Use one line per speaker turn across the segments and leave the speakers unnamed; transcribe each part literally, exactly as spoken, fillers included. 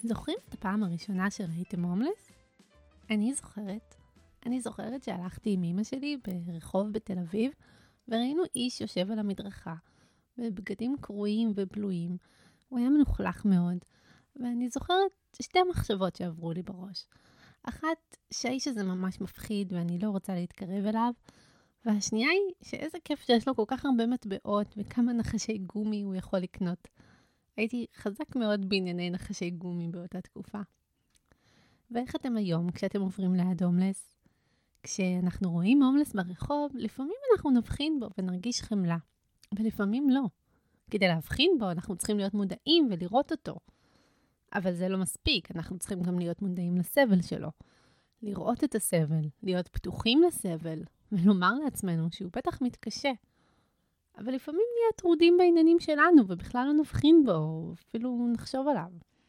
זוכרים את הפעם הראשונה שראיתם הומלס? אני זוכרת. אני זוכרת שהלכתי עם אמא שלי ברחוב בתל אביב, וראינו איש יושב על המדרכה, בבגדים קרועים ובלויים. הוא היה מנוחלח מאוד, ואני זוכרת שתי מחשבות שעברו לי בראש. אחת, שהאיש הזה ממש מפחיד ואני לא רוצה להתקרב אליו, והשנייה היא שאיזה כיף שיש לו כל כך הרבה מטבעות וכמה נחשי גומי הוא יכול לקנות. הייתי חזק מאוד בענייני נחשי גומי באותה תקופה. ואיך אתם היום כשאתם עוברים ליד הומלס? כשאנחנו רואים הומלס ברחוב, לפעמים אנחנו נבחין בו ונרגיש חמלה, ולפעמים לא. כדי להבחין בו אנחנו צריכים להיות מודעים ולראות אותו. אבל זה לא מספיק, אנחנו צריכים גם להיות מודעים לסבל שלו. לראות את הסבל, להיות פתוחים לסבל, ולומר לעצמנו שהוא בטח מתקשה. אבל לפעמים נהיה טרודים בעניינים שלנו, ובכלל לא נבחין בו, או אפילו נחשוב עליו.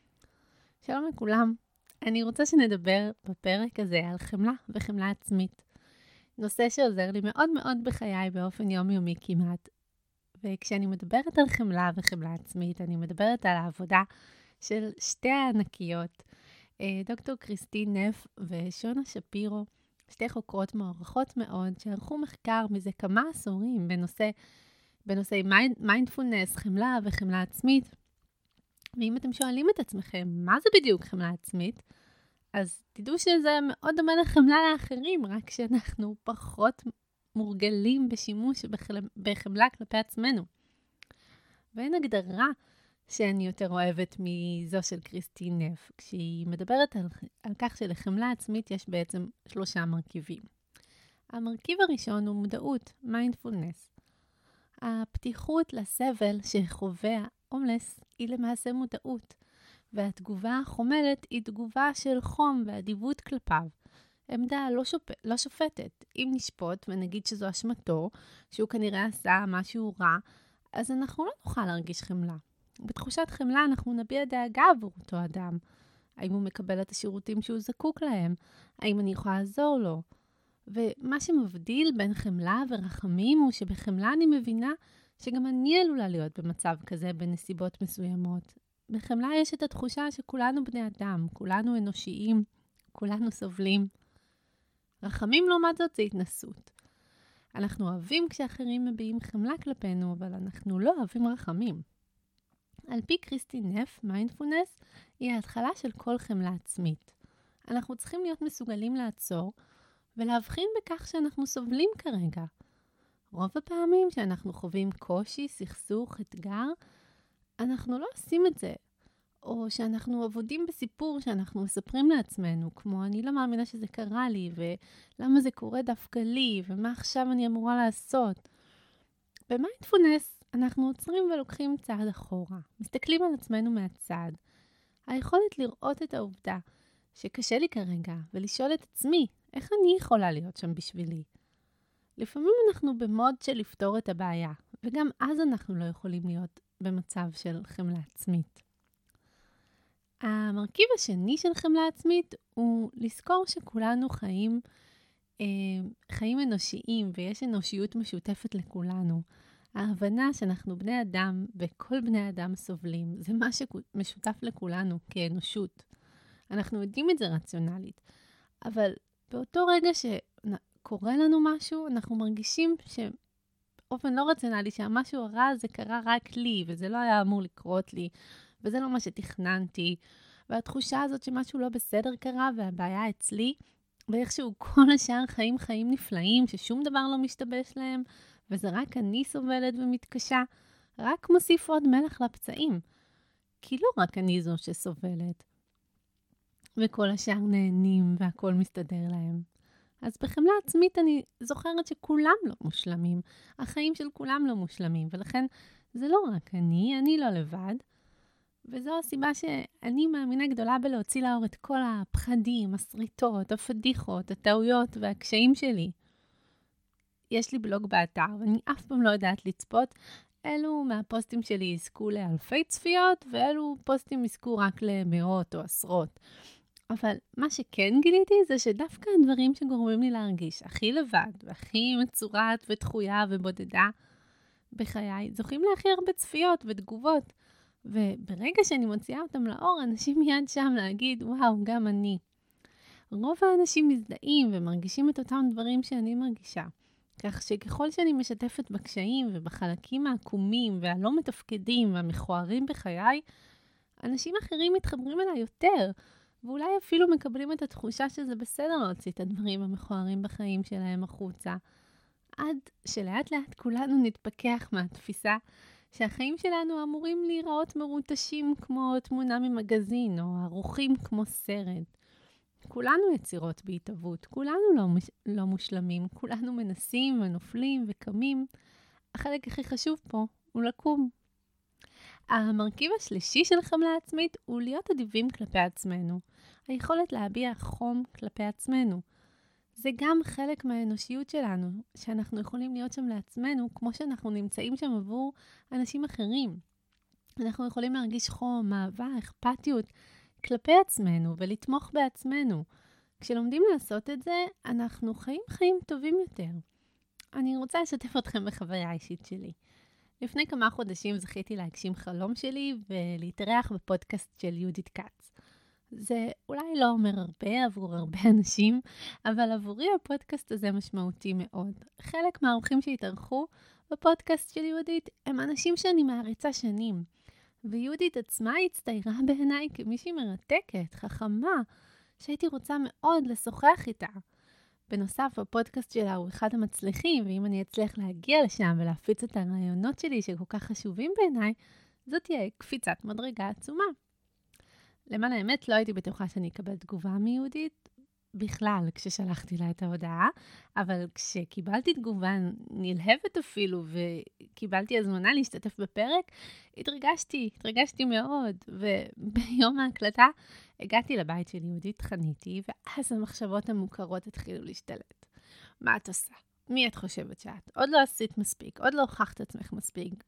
שלום לכולם, אני רוצה שנדבר בפרק הזה על חמלה וחמלה עצמית. נושא שעוזר לי מאוד מאוד בחיי באופן יומיומי כמעט. וכשאני מדברת על חמלה וחמלה עצמית, אני מדברת על העבודה של שתי הענקיות, דוקטור קריסטין נף ושונה שפירו, שתי חוקרות מוערכות מאוד, שערכו מחקר מזה כמה עשורים בנושא, בנושאי מיינדפולנס, חמלה וחמלה עצמית. ואם אתם שואלים את עצמכם, מה זה בדיוק חמלה עצמית? אז תדעו שזה מאוד דומה לחמלה לאחרים, רק שאנחנו פחות מורגלים בשימוש בחמלה כלפי עצמנו. ואין הגדרה שאני יותר אוהבת מזו של קריסטין נף, כשהיא מדברת על, על כך שלחמלה עצמית יש בעצם שלושה מרכיבים. המרכיב הראשון הוא מודעות, מיינדפולנס. הפתיחות לסבל שחווה הומלס היא למעשה מודעות, והתגובה החומלת היא תגובה של חום ואדיבות כלפיו. עמדה לא, שופ... לא שופטת. אם נשפוט ונגיד שזו אשמתו, שהוא כנראה עשה משהו רע, אז אנחנו לא נוכל להרגיש חמלה. בתחושת חמלה אנחנו נביע דאגה עבור אותו אדם. האם הוא מקבל את השירותים שהוא זקוק להם? האם אני יכולה לעזור לו? ומה שמבדיל בין חמלה ורחמים הוא שבחמלה אני מבינה שגם אני עלולה להיות במצב כזה בנסיבות מסוימות. בחמלה יש את התחושה שכולנו בני אדם, כולנו אנושיים, כולנו סובלים. רחמים לעומת זאת זה התנסות. אנחנו אוהבים כשאחרים מביעים חמלה כלפינו, אבל אנחנו לא אוהבים רחמים. על פי קריסטין נף, מיינדפולנס היא ההתחלה של כל חמלה עצמית. אנחנו צריכים להיות מסוגלים לעצור ולהבחין בכך שאנחנו סובלים כרגע. רוב הפעמים שאנחנו חווים קושי, סכסוך, אתגר, אנחנו לא עושים את זה. או שאנחנו עבודים בסיפור שאנחנו מספרים לעצמנו, כמו אני לא מאמינה שזה קרה לי, ולמה זה קורה דווקא לי, ומה עכשיו אני אמורה לעשות. במיינדפולנס אנחנו עוצרים ולוקחים צעד אחורה, מסתכלים על עצמנו מהצד. היכולת לראות את העובדה שקשה לי כרגע, ולשאול את עצמי, איך אני יכולה להיות שם בשבילי? לפעמים אנחנו במוד של לפתור את הבעיה, וגם אז אנחנו לא יכולים להיות במצב של חמלה עצמית. המרכיב השני של חמלה עצמית הוא לזכור שכולנו חיים, אה, חיים אנושיים ויש אנושיות משותפת לכולנו. ההבנה שאנחנו בני אדם וכל בני אדם סובלים, זה מה שמשותף לכולנו כאנושות. אנחנו יודעים את זה רציונלית, אבל באותו רגע שקורה לנו משהו, אנחנו מרגישים שבאופן לא רציונלי שהמשהו הרע זה קרה רק לי, וזה לא היה אמור לקרות לי, וזה לא מה שתכננתי, והתחושה הזאת שמשהו לא בסדר קרה, והבעיה אצלי, ואיכשהו כל השאר חיים חיים נפלאים, ששום דבר לא משתבש להם, וזה רק אני סובלת ומתקשה, רק מוסיף עוד מלח לפצעים. כי לא רק אני זו שסובלת, וכל השאר נהנים והכל מסתדר להם. אז בחמלה עצמית אני זוכרת שכולם לא מושלמים, החיים של כולם לא מושלמים, ולכן זה לא רק אני, אני לא לבד, וזו הסיבה שאני מאמינה גדולה בלהוציא לאור את כל הפחדים, הסריטות, הפדיחות, הטעויות והקשיים שלי. יש לי בלוג באתר, ואני אף פעם לא יודעת לצפות. אלו מהפוסטים שלי יזכו לאלפי צפיות, ואלו פוסטים יזכו רק למאות או עשרות. אבל מה שכן גיליתי זה שדווקא הדברים שגורמים לי להרגיש הכי לבד, והכי מצורת ודחויה ובודדה בחיי, זוכים להכי הרבה צפיות ותגובות. וברגע שאני מוציאה אותם לאור, אנשים מיד שם להגיד, וואו, גם אני. רוב האנשים מזדהים ומרגישים את אותם דברים שאני מרגישה. כך שככל שאני משתפת בקשיים ובחלקים העקומים והלא מתפקדים והמכוערים בחיי, אנשים אחרים מתחברים אליי יותר, ואולי אפילו מקבלים את התחושה שזה בסדר להוציא את הדברים המכוערים בחיים שלהם החוצה. עד שלאט לאט כולנו נתפכח מהתפיסה שהחיים שלנו אמורים להיראות מרוטשים כמו תמונה ממגזין או ערוכים כמו סרט. כולנו יצירות בהתהוות, כולנו לא, מש... לא מושלמים, כולנו מנסים ונופלים וקמים. החלק הכי חשוב פה הוא לקום. המרכיב השלישי של חמלה עצמית הוא להיות אדיבים כלפי עצמנו. היכולת להביע חום כלפי עצמנו. זה גם חלק מהאנושיות שלנו, שאנחנו יכולים להיות שם לעצמנו, כמו שאנחנו נמצאים שם עבור אנשים אחרים. אנחנו יכולים להרגיש חום, אהבה, אכפתיות כלפי עצמנו ולתמוך בעצמנו. כשלומדים לעשות את זה, אנחנו חיים חיים טובים יותר. אני רוצה לשתף אתכם בחוויה האישית שלי. לפני כמה חודשים זכיתי להגשים חלום שלי ולהתארח בפודקאסט של יהודית קאץ. זה אולי לא אומר הרבה עבור הרבה אנשים, אבל עבורי הפודקאסט הזה משמעותי מאוד. חלק מהאורחים שהתארחו בפודקאסט של יהודית הם אנשים שאני מעריצה שנים. ויהודית עצמה הצטיירה בעיניי כמישהי מרתקת, חכמה, שהייתי רוצה מאוד לשוחח איתה. בנוסף, הפודקאסט שלה הוא אחד המצליחים, ואם אני אצליח להגיע לשם ולהפיץ את הרעיונות שלי שכל כך חשובים בעיניי, זאת תהיה קפיצת מדרגה עצומה. למען האמת, לא הייתי בטוחה שאני אקבל תגובה מיהודית בכלל כששלחתי לה את ההודעה, אבל כשקיבלתי תגובה נלהבת אפילו וקיבלתי הזמנה להשתתף בפרק, התרגשתי, התרגשתי מאוד, וביום ההקלטה הגעתי לבית של יהודית, חניתי, ואז המחשבות המוכרות התחילו להשתלט. מה את עושה? מי את חושבת שאת? עוד לא עשית מספיק, עוד לא הוכחת עצמך מספיק.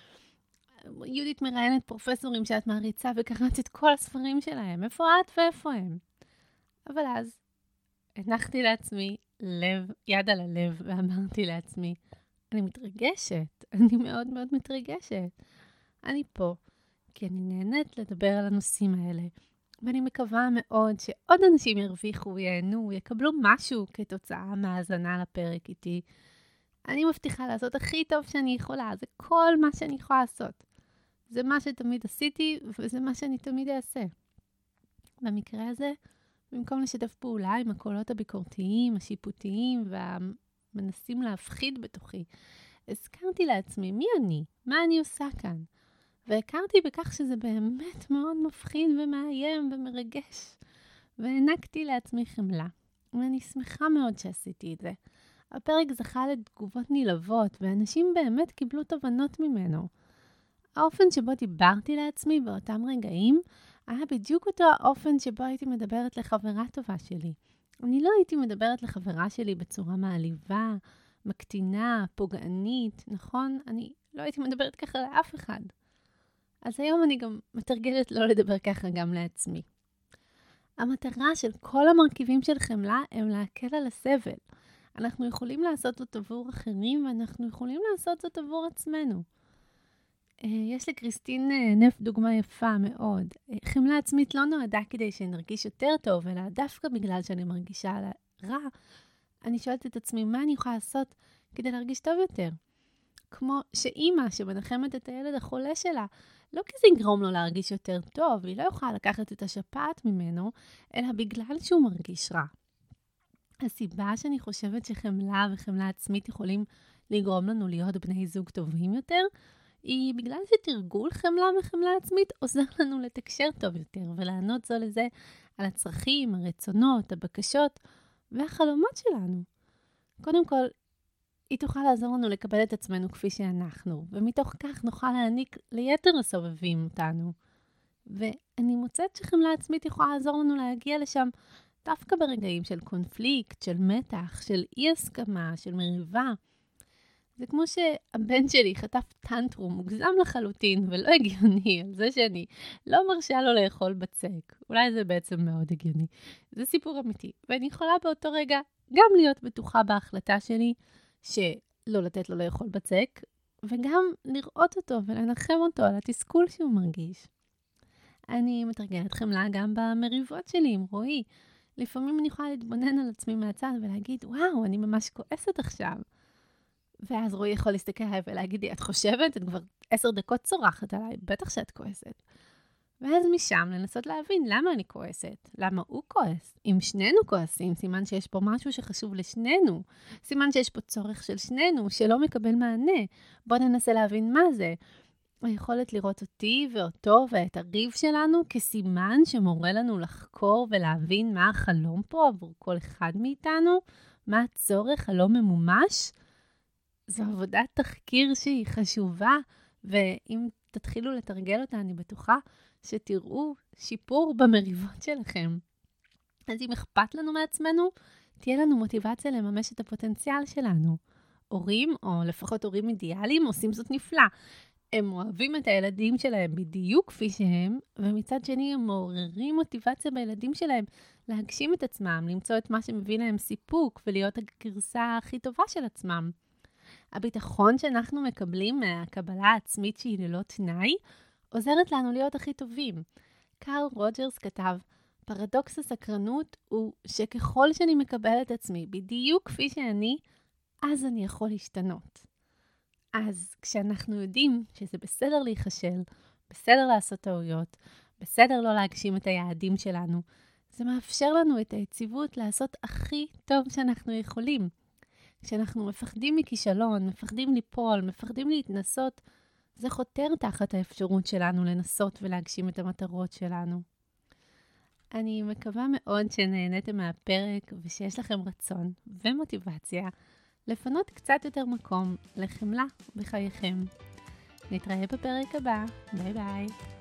יהודית מראיינת פרופסורים שאת מעריצה וקראת את כל הספרים שלהם. איפה את ואיפה הם? אבל אז הנחתי לעצמי לב, יד על הלב, ואמרתי לעצמי, אני מתרגשת, אני מאוד מאוד מתרגשת. אני פה, כי אני נהנית לדבר על הנושאים האלה, ואני מקווה מאוד שעוד אנשים ירוויחו, ייהנו, יקבלו משהו כתוצאה מהאזנה לפרק איתי. אני מבטיחה לעשות הכי טוב שאני יכולה, זה כל מה שאני יכולה לעשות. זה מה שתמיד עשיתי, וזה מה שאני תמיד אעשה. במקרה הזה, במקום לשתף פעולה עם הקולות הביקורתיים, השיפוטיים והמנסים להפחיד בתוכי, הזכרתי לעצמי מי אני, מה אני עושה כאן. והכרתי בכך שזה באמת מאוד מפחיד ומאיים ומרגש. והענקתי לעצמי חמלה. ואני שמחה מאוד שעשיתי את זה. הפרק זכה לתגובות נלהבות, ואנשים באמת קיבלו תובנות ממנו. האופן שבו דיברתי לעצמי באותם רגעים, היה בדיוק אותו האופן שבו הייתי מדברת לחברה טובה שלי. אני לא הייתי מדברת לחברה שלי בצורה מעליבה, מקטינה, פוגענית, נכון? אני לא הייתי מדברת ככה לאף אחד. אז היום אני גם מתרגלת לא לדבר ככה גם לעצמי. המטרה של כל המרכיבים של חמלה הם להקל על הסבל. אנחנו יכולים לעשות זאת עבור אחרים, ואנחנו יכולים לעשות זאת עבור עצמנו. יש לקריסטין נף דוגמה יפה מאוד. חמלה עצמית לא נועדה כדי שנרגיש יותר טוב, אלא דווקא בגלל שאני מרגישה רע, אני שואלת את עצמי מה אני יכולה לעשות כדי להרגיש טוב יותר. כמו שאימא שמנחמת את הילד החולה שלה, לא כי זה יגרום לו להרגיש יותר טוב, היא לא יכולה לקחת את השפעת ממנו, אלא בגלל שהוא מרגיש רע. הסיבה שאני חושבת שחמלה וחמלה עצמית יכולים לגרום לנו להיות בני זוג טובים יותר, היא בגלל שתרגול חמלה וחמלה עצמית עוזר לנו לתקשר טוב יותר, ולענות זו לזה על הצרכים, הרצונות, הבקשות והחלומות שלנו. קודם כל, היא תוכל לעזור לנו לקבל את עצמנו כפי שאנחנו, ומתוך כך נוכל להעניק ליתר הסובבים אותנו. ואני מוצאת שחמלה עצמית יכולה לעזור לנו להגיע לשם דווקא ברגעים של קונפליקט, של מתח, של אי הסכמה, של מריבה. זה כמו שהבן שלי חטף טנטרום מוגזם לחלוטין ולא הגיוני על זה שאני לא מרשה לו לאכול בצק. אולי זה בעצם מאוד הגיוני. זה סיפור אמיתי. ואני יכולה באותו רגע גם להיות בטוחה בהחלטה שלי שלא לתת לו לאכול בצק, וגם לראות אותו ולנחם אותו על התסכול שהוא מרגיש. אני מתרגלת חמלה גם במריבות שלי עם רועי. לפעמים אני יכולה להתבונן על עצמי מהצד ולהגיד, וואו, אני ממש כועסת עכשיו. ואז רועי יכול להסתכל עליי ולהגיד לי, את חושבת? את כבר עשר דקות צורחת עליי, בטח שאת כועסת. ואז משם לנסות להבין למה אני כועסת, למה הוא כועס. אם שנינו כועסים, סימן שיש פה משהו שחשוב לשנינו. סימן שיש פה צורך של שנינו, שלא מקבל מענה. בוא ננסה להבין מה זה. היכולת לראות אותי ואותו ואת הריב שלנו כסימן שמורה לנו לחקור ולהבין מה החלום פה עבור כל אחד מאיתנו, מה הצורך הלא ממומש. זו עבודת תחקיר שהיא חשובה, ואם תתחילו לתרגל אותה, אני בטוחה שתראו שיפור במריבות שלכם. אז אם אכפת לנו מעצמנו, תהיה לנו מוטיבציה לממש את הפוטנציאל שלנו. הורים, או לפחות הורים אידיאליים, עושים זאת נפלא. הם אוהבים את הילדים שלהם בדיוק כפי שהם, ומצד שני הם מעוררים מוטיבציה בילדים שלהם להגשים את עצמם, למצוא את מה שמביא להם סיפוק ולהיות הגרסה הכי טובה של עצמם. הביטחון שאנחנו מקבלים מהקבלה העצמית שהיא ללא תנאי, עוזרת לנו להיות הכי טובים. קארל רוג'רס כתב, פרדוקס הסקרנות הוא שככל שאני מקבל את עצמי בדיוק כפי שאני, אז אני יכול להשתנות. אז כשאנחנו יודעים שזה בסדר להיחשל, בסדר לעשות טעויות, בסדר לא להגשים את היעדים שלנו, זה מאפשר לנו את היציבות לעשות הכי טוב שאנחנו יכולים. כשאנחנו מפחדים מכישלון, מפחדים ליפול, מפחדים להתנסות, זה חותר תחת האפשרות שלנו לנסות ולהגשים את המטרות שלנו. אני מקווה מאוד שנהניתם מהפרק ושיש לכם רצון ומוטיבציה לפנות קצת יותר מקום לחמלה בחייכם. נתראה בפרק הבא. ביי ביי.